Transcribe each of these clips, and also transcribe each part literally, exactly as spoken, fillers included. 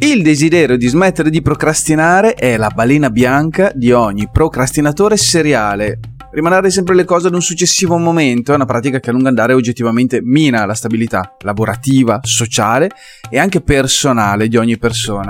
Il desiderio di smettere di procrastinare è la balena bianca di ogni procrastinatore seriale. Rimandare sempre le cose ad un successivo momento è una pratica che a lungo andare oggettivamente mina la stabilità lavorativa, sociale e anche personale di ogni persona.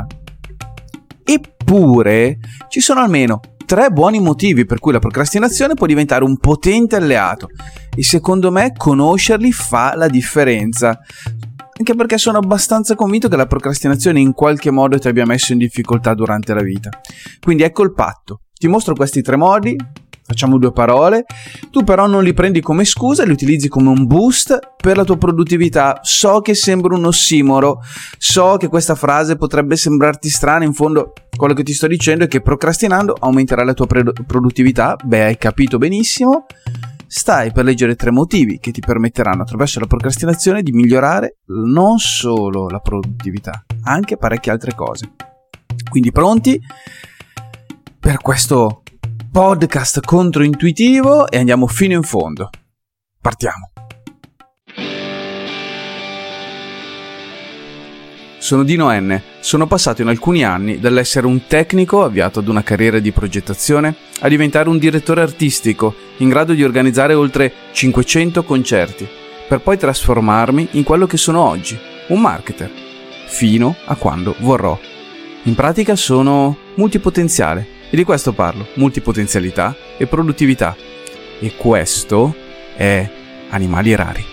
Eppure ci sono almeno tre buoni motivi per cui la procrastinazione può diventare un potente alleato e secondo me conoscerli fa la differenza. Anche perché sono abbastanza convinto che la procrastinazione in qualche modo ti abbia messo in difficoltà durante la vita. Quindi ecco il patto. Ti mostro questi tre modi, facciamo due parole, tu però non li prendi come scusa, li utilizzi come un boost per la tua produttività. So che sembra un ossimoro, so che questa frase potrebbe sembrarti strana, in fondo quello che ti sto dicendo è che procrastinando aumenterà la tua pre- produttività, beh hai capito benissimo. Stai per leggere tre motivi che ti permetteranno attraverso la procrastinazione di migliorare non solo la produttività, anche parecchie altre cose. Quindi pronti per questo podcast controintuitivo e andiamo fino in fondo. Partiamo. Sono Dino N. Sono passato in alcuni anni dall'essere un tecnico avviato ad una carriera di progettazione a diventare un direttore artistico in grado di organizzare oltre cinquecento concerti, per poi trasformarmi in quello che sono oggi, un marketer, fino a quando vorrò. In pratica sono multipotenziale e di questo parlo, multipotenzialità e produttività. E questo è Animali Rari.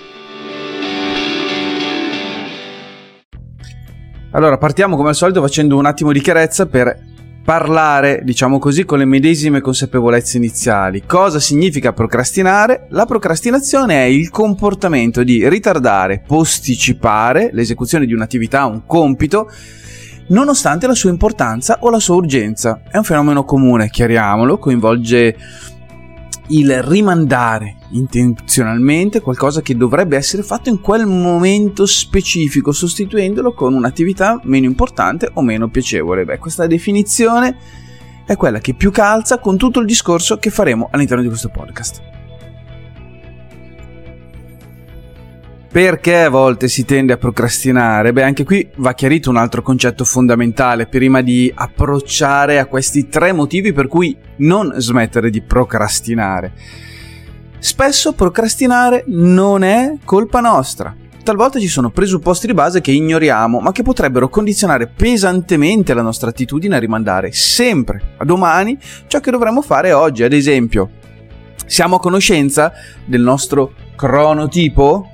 Allora, partiamo come al solito facendo un attimo di chiarezza per parlare, diciamo così, con le medesime consapevolezze iniziali. Cosa significa procrastinare? La procrastinazione è il comportamento di ritardare, posticipare l'esecuzione di un'attività, un compito, nonostante la sua importanza o la sua urgenza. È un fenomeno comune, chiariamolo, coinvolge il rimandare intenzionalmente qualcosa che dovrebbe essere fatto in quel momento specifico, sostituendolo con un'attività meno importante o meno piacevole. Beh, questa definizione è quella che più calza con tutto il discorso che faremo all'interno di questo podcast. Perché a volte si tende a procrastinare? Beh, anche qui va chiarito un altro concetto fondamentale prima di approcciare a questi tre motivi per cui non smettere di procrastinare. Spesso procrastinare non è colpa nostra. Talvolta ci sono presupposti di base che ignoriamo, ma che potrebbero condizionare pesantemente la nostra attitudine a rimandare sempre a domani ciò che dovremmo fare oggi. Ad esempio, siamo a conoscenza del nostro cronotipo?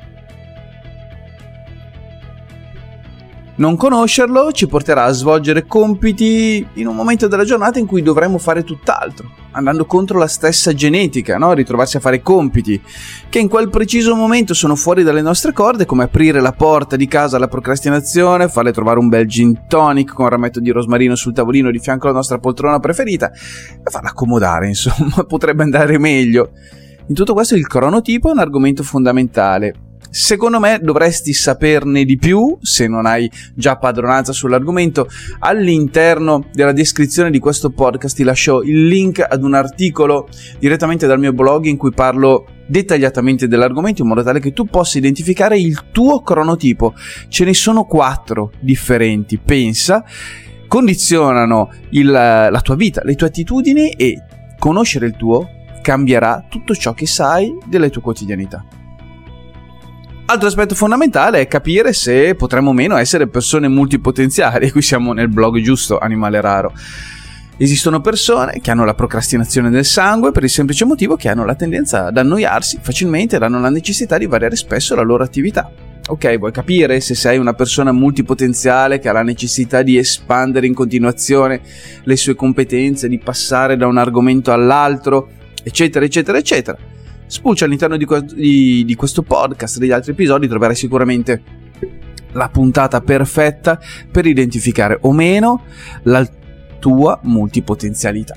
Non conoscerlo ci porterà a svolgere compiti in un momento della giornata in cui dovremmo fare tutt'altro, andando contro la stessa genetica, no? Ritrovarsi a fare compiti che in quel preciso momento sono fuori dalle nostre corde, come aprire la porta di casa alla procrastinazione, farle trovare un bel gin tonic con un rametto di rosmarino sul tavolino di fianco alla nostra poltrona preferita e farla accomodare, insomma, potrebbe andare meglio. In tutto questo il cronotipo è un argomento fondamentale. Secondo me dovresti saperne di più, se non hai già padronanza sull'argomento. All'interno della descrizione di questo podcast ti lascio il link ad un articolo direttamente dal mio blog in cui parlo dettagliatamente dell'argomento, in modo tale che tu possa identificare il tuo cronotipo. Ce ne sono quattro differenti, pensa, condizionano il, la tua vita, le tue attitudini, e conoscere il tuo cambierà tutto ciò che sai delle tue quotidianità. Altro aspetto fondamentale è capire se potremmo o meno essere persone multipotenziali, e qui siamo nel blog giusto, Animale Raro. Esistono persone che hanno la procrastinazione nel sangue per il semplice motivo che hanno la tendenza ad annoiarsi facilmente ed hanno la necessità di variare spesso la loro attività. Ok, vuoi capire se sei una persona multipotenziale che ha la necessità di espandere in continuazione le sue competenze, di passare da un argomento all'altro, eccetera, eccetera, eccetera. Spulcia all'interno di, que- di, di questo podcast, degli altri episodi, troverai sicuramente la puntata perfetta per identificare o meno la tua multipotenzialità.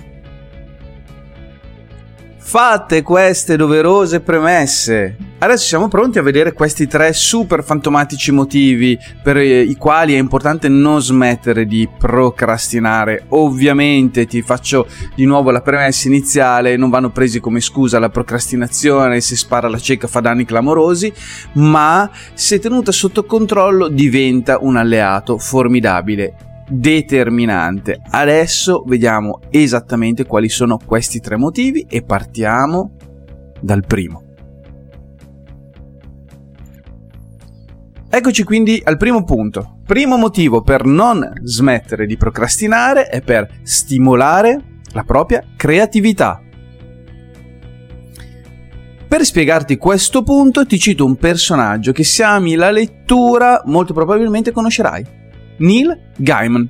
Fatte queste doverose premesse, adesso siamo pronti a vedere questi tre super fantomatici motivi per i quali è importante non smettere di procrastinare. Ovviamente ti faccio di nuovo la premessa iniziale: non vanno presi come scusa la procrastinazione, se spara la cieca fa danni clamorosi, ma se tenuta sotto controllo diventa un alleato formidabile. determinante. Adesso vediamo esattamente quali sono questi tre motivi e partiamo dal primo. Eccoci quindi al primo punto. Primo motivo per non smettere di procrastinare è per stimolare la propria creatività. Per spiegarti questo punto ti cito un personaggio che, se ami la lettura, molto probabilmente conoscerai: Neil Gaiman.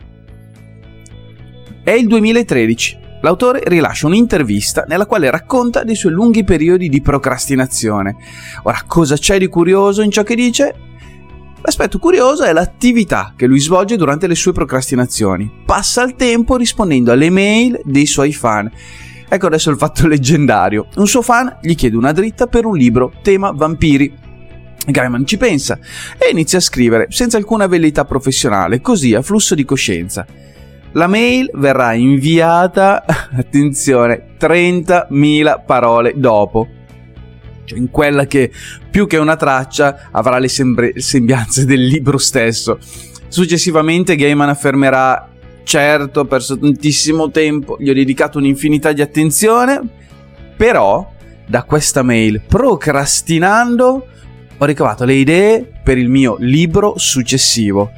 È il duemilatredici. L'autore rilascia un'intervista nella quale racconta dei suoi lunghi periodi di procrastinazione. Ora, cosa c'è di curioso in ciò che dice? L'aspetto curioso è l'attività che lui svolge durante le sue procrastinazioni. Passa il tempo rispondendo alle mail dei suoi fan. Ecco adesso il fatto leggendario. Un suo fan gli chiede una dritta per un libro tema vampiri. Gaiman ci pensa e inizia a scrivere senza alcuna velleità professionale, così a flusso di coscienza. La mail verrà inviata, attenzione, trentamila parole dopo. Cioè in quella che, più che una traccia, avrà le sembre- sembianze del libro stesso. Successivamente Gaiman affermerà: certo, ho perso tantissimo tempo, gli ho dedicato un'infinità di attenzione, però da questa mail, procrastinando, ho ricavato le idee per il mio libro successivo.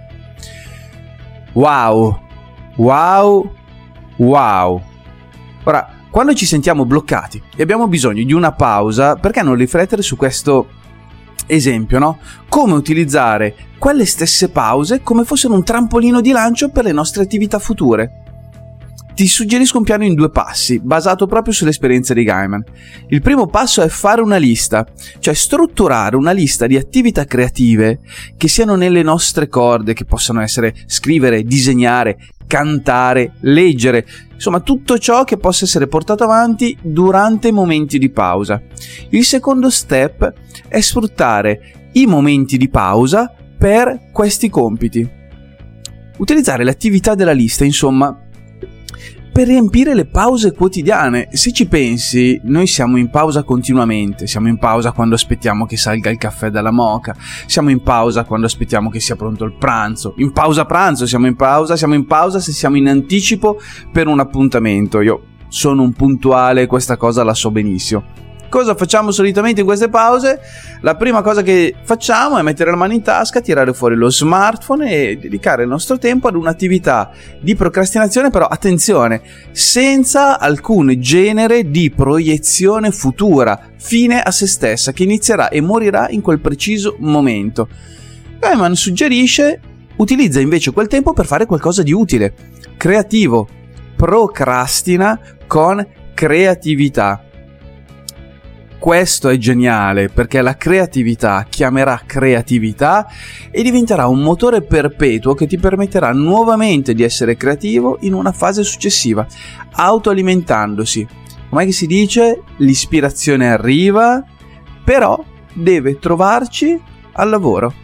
Wow, wow, wow. Ora, quando ci sentiamo bloccati e abbiamo bisogno di una pausa, perché non riflettere su questo esempio, no? Come utilizzare quelle stesse pause come fossero un trampolino di lancio per le nostre attività future. Ti suggerisco un piano in due passi, basato proprio sull'esperienza di Gaiman. Il primo passo è fare una lista, cioè strutturare una lista di attività creative che siano nelle nostre corde, che possano essere scrivere, disegnare, cantare, leggere, insomma tutto ciò che possa essere portato avanti durante momenti di pausa. Il secondo step è sfruttare i momenti di pausa per questi compiti. Utilizzare le attività della lista, insomma, per riempire le pause quotidiane. Se ci pensi, noi siamo in pausa continuamente. Siamo in pausa quando aspettiamo che salga il caffè dalla moka, siamo in pausa quando aspettiamo che sia pronto il pranzo, in pausa pranzo siamo in pausa, siamo in pausa se siamo in anticipo per un appuntamento. Io sono un puntuale, questa cosa la so benissimo. Cosa facciamo solitamente in queste pause? La prima cosa che facciamo è mettere la mano in tasca, tirare fuori lo smartphone e dedicare il nostro tempo ad un'attività di procrastinazione, però attenzione, senza alcun genere di proiezione futura, fine a se stessa, che inizierà e morirà in quel preciso momento. Gaiman suggerisce: utilizza invece quel tempo per fare qualcosa di utile, creativo, procrastina con creatività. Questo è geniale, perché la creatività chiamerà creatività e diventerà un motore perpetuo che ti permetterà nuovamente di essere creativo in una fase successiva, autoalimentandosi. Com'è che si dice? L'ispirazione arriva, però deve trovarci al lavoro.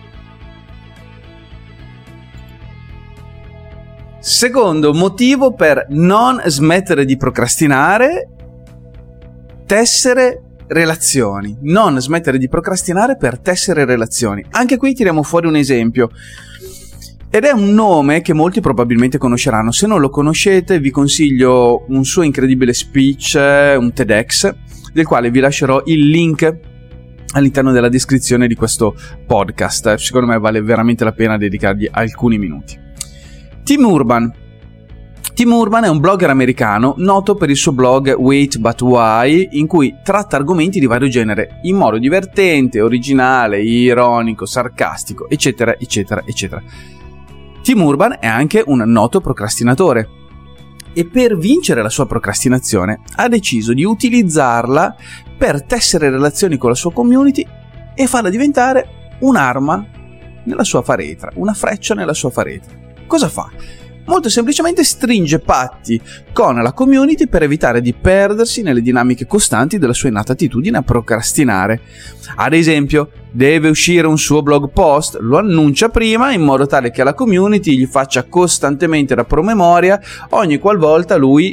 Secondo motivo per non smettere di procrastinare: tessere relazioni. Non smettere di procrastinare per tessere relazioni. Anche qui tiriamo fuori un esempio, ed è un nome che molti probabilmente conosceranno. Se non lo conoscete, vi consiglio un suo incredibile speech, un TEDx, del quale vi lascerò il link all'interno della descrizione di questo podcast. Secondo me vale veramente la pena dedicargli alcuni minuti. Tim Urban. Tim Urban è un blogger americano noto per il suo blog Wait But Why, in cui tratta argomenti di vario genere in modo divertente, originale, ironico, sarcastico, eccetera, eccetera, eccetera. Tim Urban è anche un noto procrastinatore e per vincere la sua procrastinazione ha deciso di utilizzarla per tessere relazioni con la sua community e farla diventare un'arma nella sua faretra, una freccia nella sua faretra. Cosa fa? Molto semplicemente stringe patti con la community per evitare di perdersi nelle dinamiche costanti della sua innata attitudine a procrastinare. Ad esempio, deve uscire un suo blog post, lo annuncia prima in modo tale che la community gli faccia costantemente da promemoria ogni qualvolta lui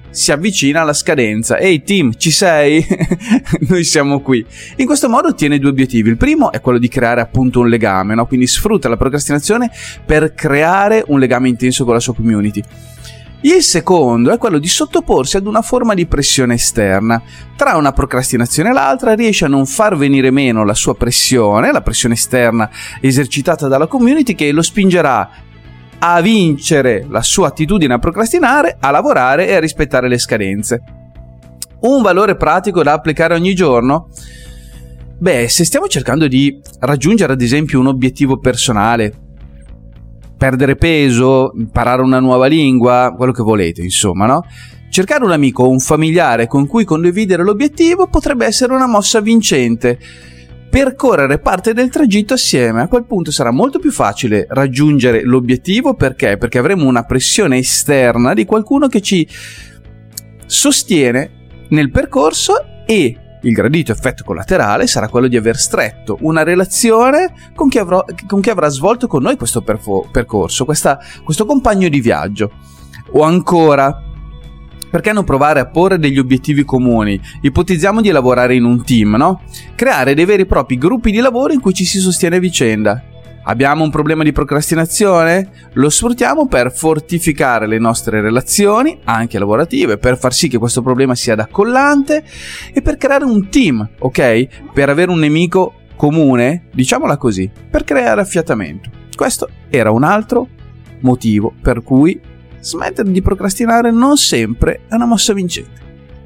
si avvicina alla scadenza. Ehi team, ci sei? Noi siamo qui. In questo modo ottiene due obiettivi. Il primo è quello di creare appunto un legame, no? Quindi sfrutta la procrastinazione per creare un legame intenso con la sua community. Il secondo è quello di sottoporsi ad una forma di pressione esterna. Tra una procrastinazione e l'altra riesce a non far venire meno la sua pressione, la pressione esterna esercitata dalla community, che lo spingerà a vincere la sua attitudine a procrastinare, a lavorare e a rispettare le scadenze. Un valore pratico da applicare ogni giorno? Beh, se stiamo cercando di raggiungere ad esempio un obiettivo personale, perdere peso, imparare una nuova lingua, quello che volete, insomma, no? Cercare un amico o un familiare con cui condividere l'obiettivo potrebbe essere una mossa vincente. Percorrere parte del tragitto assieme. A quel punto sarà molto più facile raggiungere l'obiettivo. Perché? Perché avremo una pressione esterna di qualcuno che ci sostiene nel percorso, e il gradito effetto collaterale sarà quello di aver stretto una relazione con chi, avrò, con chi avrà svolto con noi questo perfo, percorso, questa, questo compagno di viaggio. O ancora, perché non provare a porre degli obiettivi comuni? Ipotizziamo di lavorare in un team, no? Creare dei veri e propri gruppi di lavoro in cui ci si sostiene a vicenda. Abbiamo un problema di procrastinazione? Lo sfruttiamo per fortificare le nostre relazioni, anche lavorative, per far sì che questo problema sia da collante e per creare un team, ok? Per avere un nemico comune, diciamola così, per creare affiatamento. Questo era un altro motivo per cui smettere di procrastinare non sempre è una mossa vincente.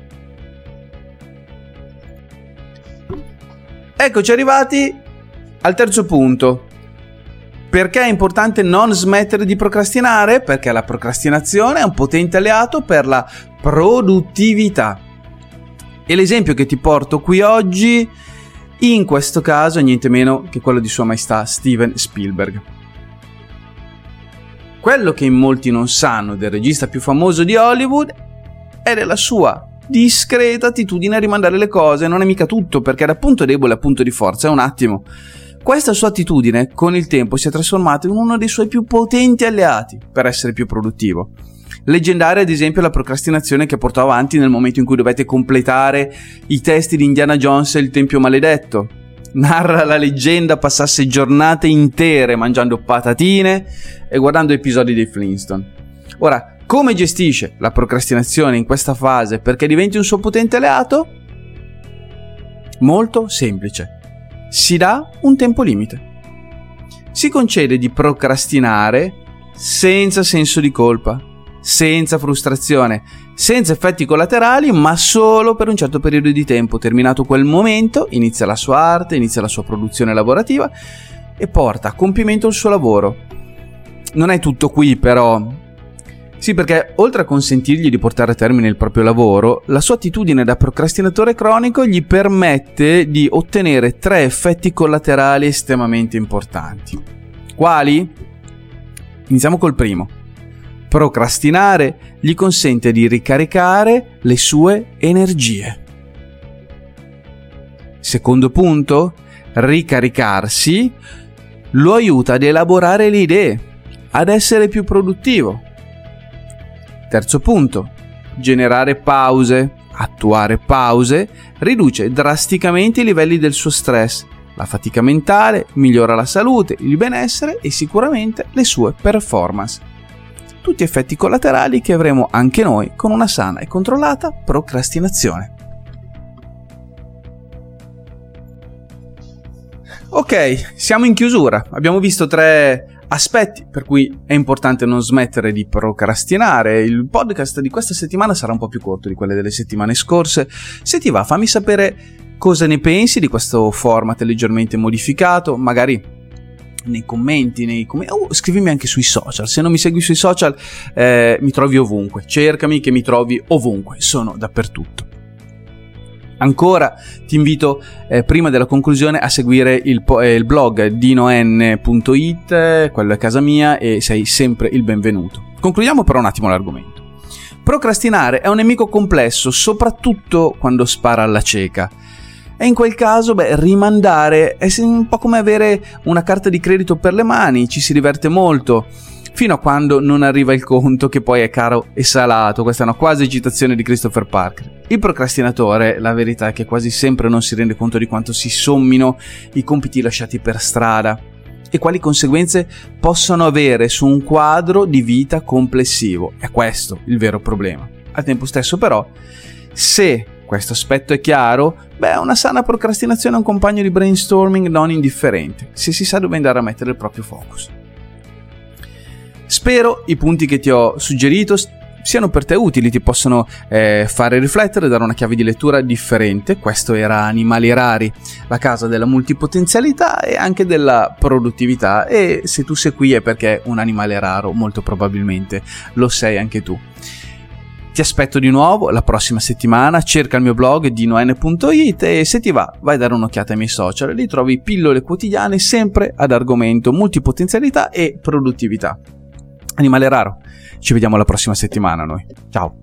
Eccoci arrivati al terzo punto. Perché è importante non smettere di procrastinare? Perché la procrastinazione è un potente alleato per la produttività. E l'esempio che ti porto qui oggi, in questo caso, è niente meno che quello di Sua Maestà Steven Spielberg. Quello che in molti non sanno del regista più famoso di Hollywood è della sua discreta attitudine a rimandare le cose. Non è mica tutto, perché da punto debole a punto di forza è un attimo. Questa sua attitudine con il tempo si è trasformata in uno dei suoi più potenti alleati per essere più produttivo. Leggendaria ad esempio la procrastinazione che portò avanti nel momento in cui dovette completare i testi di Indiana Jones e il Tempio Maledetto. Narra la leggenda passasse giornate intere mangiando patatine e guardando episodi dei Flintstone. Ora, come gestisce la procrastinazione in questa fase perché diventi un suo potente alleato? Molto semplice. Si dà un tempo limite. Si concede di procrastinare senza senso di colpa, senza frustrazione, senza effetti collaterali, ma solo per un certo periodo di tempo. Terminato quel momento, inizia la sua arte, inizia la sua produzione lavorativa e porta a compimento il suo lavoro. Non è tutto qui, però. Sì, perché oltre a consentirgli di portare a termine il proprio lavoro, la sua attitudine da procrastinatore cronico gli permette di ottenere tre effetti collaterali estremamente importanti. Quali? Iniziamo col primo. Procrastinare gli consente di ricaricare le sue energie. Secondo punto, ricaricarsi lo aiuta ad elaborare le idee, ad essere più produttivo. Terzo punto, generare pause, attuare pause, riduce drasticamente i livelli del suo stress, la fatica mentale, migliora la salute, il benessere e sicuramente le sue performance. Tutti effetti collaterali che avremo anche noi con una sana e controllata procrastinazione. Ok, siamo in chiusura. Abbiamo visto tre aspetti per cui è importante non smettere di procrastinare. Il podcast di questa settimana sarà un po' più corto di quelle delle settimane scorse. Se ti va, fammi sapere cosa ne pensi di questo format leggermente modificato, magari nei commenti, nei com- oh, scrivimi anche sui social. Se non mi segui sui social, eh, mi trovi ovunque. Cercami che mi trovi ovunque, sono dappertutto. Ancora ti invito eh, prima della conclusione a seguire il, po- eh, il blog dinoen punto it, quello è casa mia e sei sempre il benvenuto. Concludiamo però un attimo l'argomento. Procrastinare è un nemico complesso, soprattutto quando spara alla cieca. E in quel caso, beh, rimandare è un po' come avere una carta di credito per le mani, ci si diverte molto. fino a quando non arriva il conto che poi è caro e salato. Questa è una quasi citazione di Christopher Parker. Il procrastinatore, la verità è che quasi sempre non si rende conto di quanto si sommino i compiti lasciati per strada e quali conseguenze possono avere su un quadro di vita complessivo. È questo il vero problema. Al tempo stesso però, se questo aspetto è chiaro, beh, una sana procrastinazione è un compagno di brainstorming non indifferente, se si sa dove andare a mettere il proprio focus. Spero i punti che ti ho suggerito siano per te utili, ti possono eh, fare riflettere, dare una chiave di lettura differente. Questo era Animali Rari, la casa della multipotenzialità e anche della produttività, e se tu sei qui è perché un animale raro, molto probabilmente lo sei anche tu. Ti aspetto di nuovo la prossima settimana, cerca il mio blog dinoen punto it e se ti va vai a dare un'occhiata ai miei social, lì trovi pillole quotidiane sempre ad argomento multipotenzialità e produttività. Animale raro, ci vediamo la prossima settimana noi, ciao!